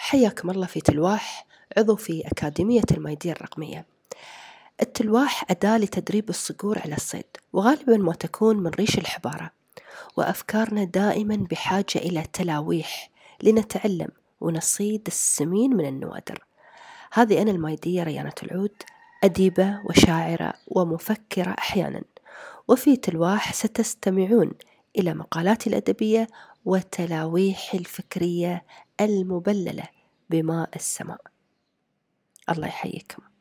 حياكم الله في تلواح، عضو في أكاديمية الميديا الرقمية. التلواح أداة لتدريب الصقور على الصيد، وغالباً ما تكون من ريش الحبارة، وأفكارنا دائماً بحاجة إلى تلاويح لنتعلم ونصيد السمين من النوادر. هذه أنا الميدية ريانة العود، أديبة وشاعرة ومفكرة أحياناً، وفي تلواح ستستمعون إلى مقالاتي الأدبية وتلاويحي الفكرية المبللة بماء السماء. الله يحييكم.